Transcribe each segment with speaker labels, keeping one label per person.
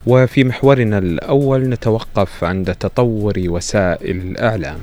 Speaker 1: وفي محورنا الأول نتوقف عند تطور وسائل الإعلام.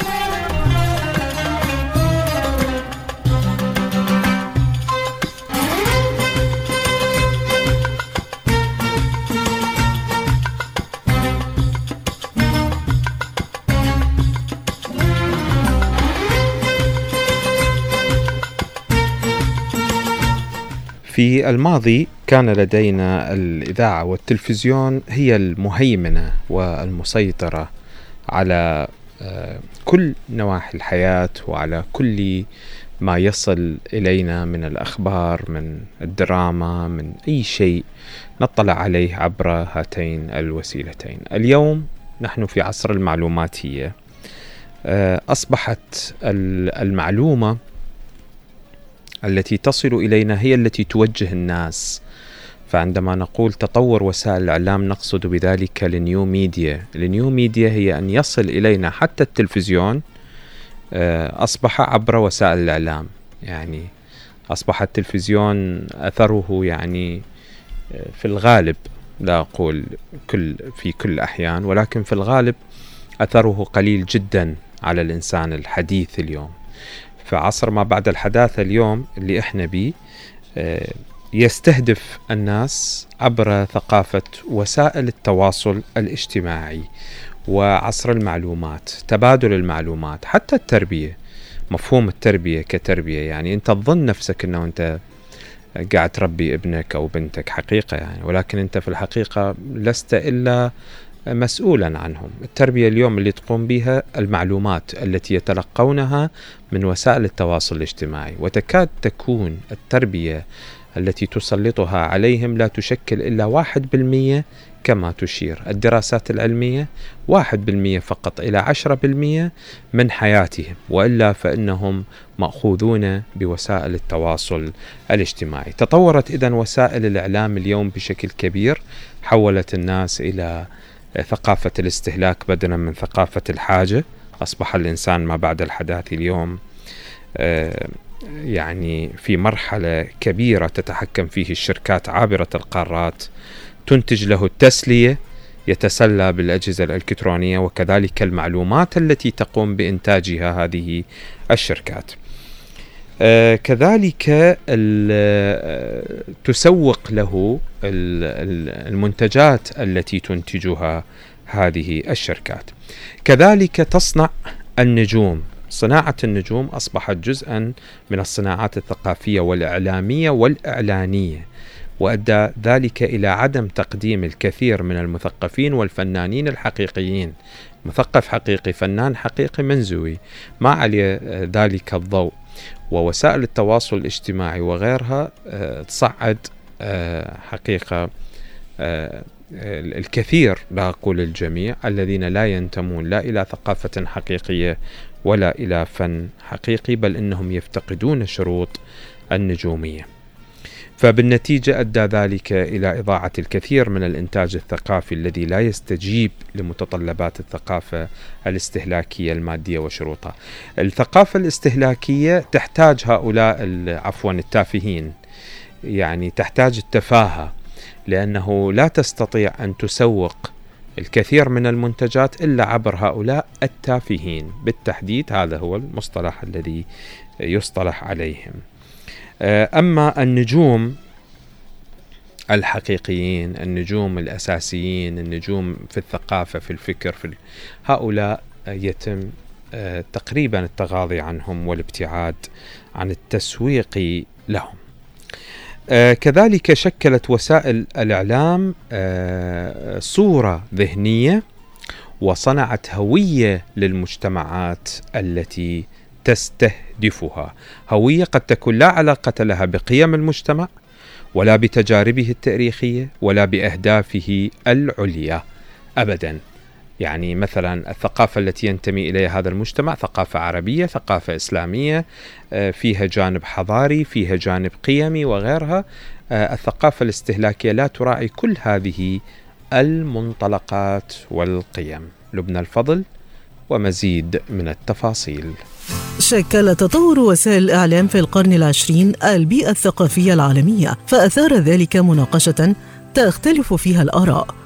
Speaker 1: في الماضي كان لدينا الإذاعة والتلفزيون هي المهيمنة والمسيطرة على كل نواحي الحياة وعلى كل ما يصل إلينا من الأخبار، من الدراما، من أي شيء نطلع عليه عبر هاتين الوسيلتين. اليوم نحن في عصر المعلوماتية. أصبحت المعلومة التي تصل إلينا هي التي توجه الناس. فعندما نقول تطور وسائل الإعلام نقصد بذلك النيو ميديا. النيو ميديا هي أن يصل إلينا حتى التلفزيون أصبح عبر وسائل الإعلام. يعني أصبح التلفزيون أثره يعني في الغالب، لا أقول في كل الأحيان، ولكن في الغالب أثره قليل جدا على الإنسان الحديث اليوم. فعصر ما بعد الحداثة اليوم اللي احنا بيه يستهدف الناس عبر ثقافة وسائل التواصل الاجتماعي وعصر المعلومات، تبادل المعلومات، حتى التربية. مفهوم التربية كتربية، يعني انت تظن نفسك انه انت قاعد تربي ابنك او بنتك حقيقة يعني، ولكن انت في الحقيقة لست الا مسؤولا عنهم. التربية اليوم اللي تقوم بها المعلومات التي يتلقونها من وسائل التواصل الاجتماعي، وتكاد تكون التربية التي تسلطها عليهم لا تشكل إلا 1% كما تشير الدراسات العلمية، 1% فقط إلى 10% من حياتهم، وإلا فإنهم مأخوذون بوسائل التواصل الاجتماعي. تطورت إذن وسائل الإعلام اليوم بشكل كبير، حولت الناس إلى ثقافة الاستهلاك بدلا من ثقافة الحاجة. أصبح الإنسان ما بعد الحداث اليوم يعني في مرحلة كبيرة تتحكم فيه الشركات عابرة القارات، تنتج له التسلية، يتسلى بالأجهزة الإلكترونية، وكذلك المعلومات التي تقوم بإنتاجها هذه الشركات. كذلك تسوق له المنتجات التي تنتجها هذه الشركات. كذلك تصنع النجوم. صناعة النجوم أصبحت جزءا من الصناعات الثقافية والإعلامية والإعلانية، وأدى ذلك إلى عدم تقديم الكثير من المثقفين والفنانين الحقيقيين. مثقف حقيقي، فنان حقيقي منزوي ما عليه ذلك الضوء. ووسائل التواصل الاجتماعي وغيرها تصعد حقيقة الكثير، لا أقول الجميع، الذين لا ينتمون لا إلى ثقافة حقيقية ولا إلى فن حقيقي، بل إنهم يفتقدون شروط النجومية. فبالنتيجة أدى ذلك إلى إضاعة الكثير من الإنتاج الثقافي الذي لا يستجيب لمتطلبات الثقافة الاستهلاكية المادية وشروطها. الثقافة الاستهلاكية تحتاج هؤلاء التافهين، يعني تحتاج التفاهة، لأنه لا تستطيع أن تسوق الكثير من المنتجات إلا عبر هؤلاء التافهين بالتحديد. هذا هو المصطلح الذي يصطلح عليهم. أما النجوم الحقيقيين، النجوم الأساسيين، النجوم في الثقافة، في الفكر، هؤلاء يتم تقريبا التغاضي عنهم والابتعاد عن التسويق لهم. كذلك شكلت وسائل الإعلام صورة ذهنية، وصنعت هوية للمجتمعات التي تستهدفها. هوية قد تكون لا علاقة لها بقيم المجتمع ولا بتجاربه التاريخية ولا بأهدافه العليا أبدا. يعني مثلا الثقافة التي ينتمي إليها هذا المجتمع ثقافة عربية، ثقافة إسلامية، فيها جانب حضاري، فيها جانب قيمي وغيرها. الثقافة الاستهلاكية لا تراعي كل هذه المنطلقات والقيم. لبنى الفضل ومزيد من التفاصيل.
Speaker 2: شكل تطور وسائل الإعلام في القرن العشرين البيئة الثقافية العالمية، فأثار ذلك مناقشة تختلف فيها الآراء،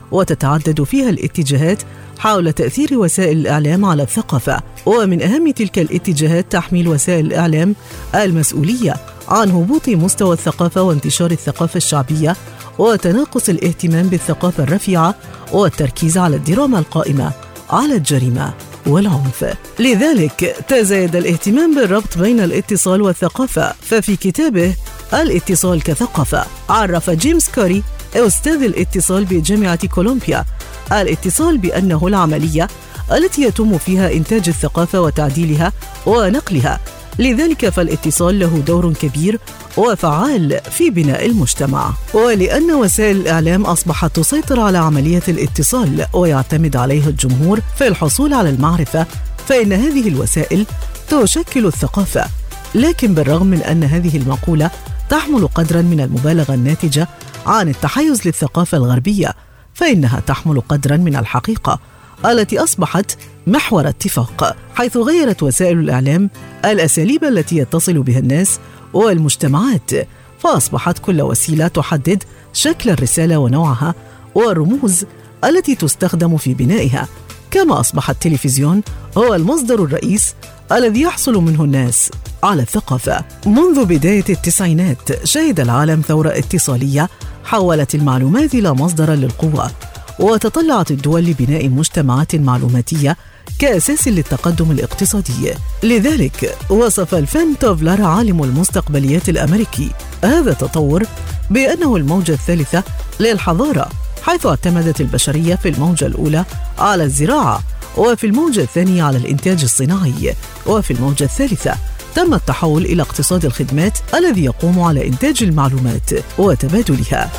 Speaker 2: وتتعدد فيها الاتجاهات حول تأثير وسائل الإعلام على الثقافة. ومن أهم تلك الاتجاهات تحميل وسائل الإعلام المسؤولية عن هبوط مستوى الثقافة وانتشار الثقافة الشعبية وتناقص الاهتمام بالثقافة الرفيعة والتركيز على الدراما القائمة على الجريمة والعنف. لذلك تزايد الاهتمام بالربط بين الاتصال والثقافة، ففي كتابه الاتصال كثقافة عرف جيمس كوري أستاذ الاتصال بجامعة كولومبيا الاتصال بأنه العملية التي يتم فيها إنتاج الثقافة وتعديلها ونقلها. لذلك فالاتصال له دور كبير وفعال في بناء المجتمع. ولأن وسائل الإعلام أصبحت تسيطر على عملية الاتصال ويعتمد عليها الجمهور في الحصول على المعرفة، فإن هذه الوسائل تشكل الثقافة. لكن بالرغم من أن هذه المقولة تحمل قدراً من المبالغة الناتجة عن التحيز للثقافة الغربية، فإنها تحمل قدراً من الحقيقة التي أصبحت محور اتفاق، حيث غيرت وسائل الإعلام الأساليب التي يتصل بها الناس والمجتمعات، فأصبحت كل وسيلة تحدد شكل الرسالة ونوعها والرموز التي تستخدم في بنائها. كما أصبح التلفزيون هو المصدر الرئيس الذي يحصل منه الناس على الثقافة. منذ بداية التسعينات شهد العالم ثورة اتصالية حولت المعلومات إلى مصدر للقوة، وتطلعت الدول لبناء مجتمعات معلوماتية كأساس للتقدم الاقتصادي. لذلك وصف الفان توفلر عالم المستقبليات الأمريكي هذا التطور بأنه الموجة الثالثة للحضارة، حيث اعتمدت البشرية في الموجة الأولى على الزراعة، وفي الموجة الثانية على الإنتاج الصناعي، وفي الموجة الثالثة تم التحول إلى اقتصاد الخدمات الذي يقوم على إنتاج المعلومات وتبادلها.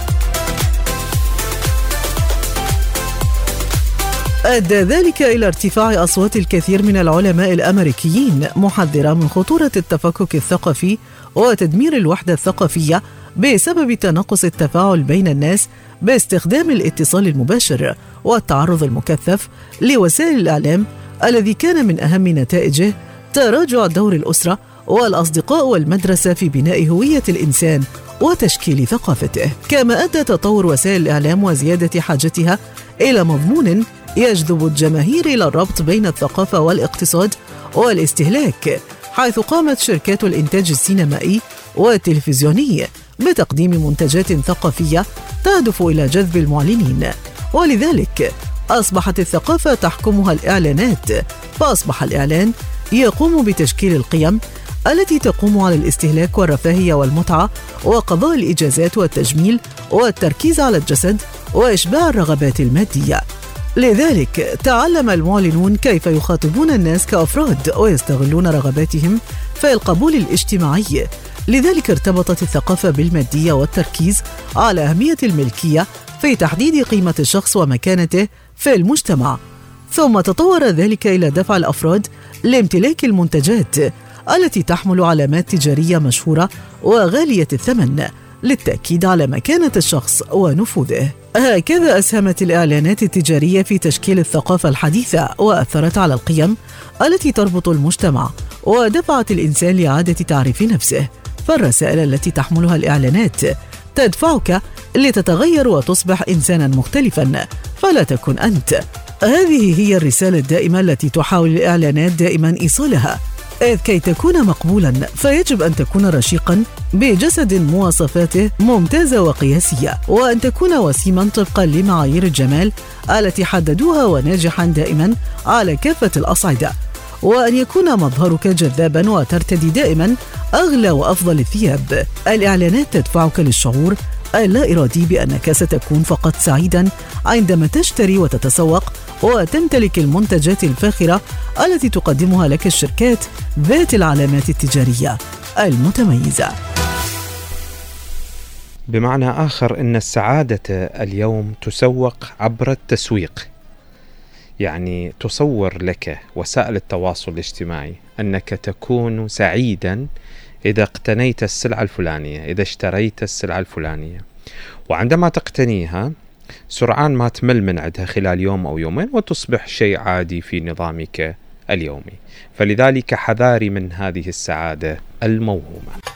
Speaker 2: أدى ذلك إلى ارتفاع أصوات الكثير من العلماء الأمريكيين محذرة من خطورة التفكك الثقافي وتدمير الوحدة الثقافية بسبب تناقص التفاعل بين الناس باستخدام الاتصال المباشر والتعرض المكثف لوسائل الإعلام، الذي كان من أهم نتائجه تراجع دور الأسرة والأصدقاء والمدرسة في بناء هوية الإنسان وتشكيل ثقافته. كما أدى تطور وسائل الإعلام وزيادة حاجتها إلى مضمون يجذب الجماهير إلى الربط بين الثقافة والاقتصاد والاستهلاك، حيث قامت شركات الإنتاج السينمائي والتلفزيوني بتقديم منتجات ثقافية تهدف إلى جذب المعلنين، ولذلك أصبحت الثقافة تحكمها الإعلانات، فأصبح الإعلان يقوم بتشكيل القيم التي تقوم على الاستهلاك والرفاهية والمتعة وقضاء الإجازات والتجميل والتركيز على الجسد وإشباع الرغبات المادية. لذلك تعلم المعلنون كيف يخاطبون الناس كأفراد ويستغلون رغباتهم في القبول الاجتماعي. لذلك ارتبطت الثقافة بالمادية والتركيز على أهمية الملكية في تحديد قيمة الشخص ومكانته في المجتمع، ثم تطور ذلك إلى دفع الأفراد لامتلاك المنتجات التي تحمل علامات تجارية مشهورة وغالية الثمن للتأكيد على مكانة الشخص ونفوذه. هكذا أسهمت الإعلانات التجارية في تشكيل الثقافة الحديثة، وأثرت على القيم التي تربط المجتمع، ودفعت الإنسان لإعادة تعريف نفسه. فالرسائل التي تحملها الإعلانات تدفعك لتتغير وتصبح إنسانا مختلفا، فلا تكن أنت. هذه هي الرسالة الدائمة التي تحاول الإعلانات دائما إيصالها، إذ كي تكون مقبولا فيجب أن تكون رشيقا بجسد مواصفاته ممتازة وقياسية، وأن تكون وسيما طبقا لمعايير الجمال التي حددوها وناجحا دائما على كافة الأصعدة، وأن يكون مظهرك جذابا وترتدي دائما أغلى وأفضل الثياب. الإعلانات تدفعك للشعور اللا إرادي بأنك ستكون فقط سعيدا عندما تشتري وتتسوق وتمتلك المنتجات الفاخرة التي تقدمها لك الشركات ذات العلامات التجارية المتميزة.
Speaker 1: بمعنى آخر أن السعادة اليوم تسوق عبر التسويق، يعني تصور لك وسائل التواصل الاجتماعي أنك تكون سعيدا إذا اقتنيت السلعة الفلانية، إذا اشتريت السلعة الفلانية، وعندما تقتنيها سرعان ما تمل من عندها خلال يوم أو يومين وتصبح شيء عادي في نظامك اليومي. فلذلك حذاري من هذه السعادة الموهومة.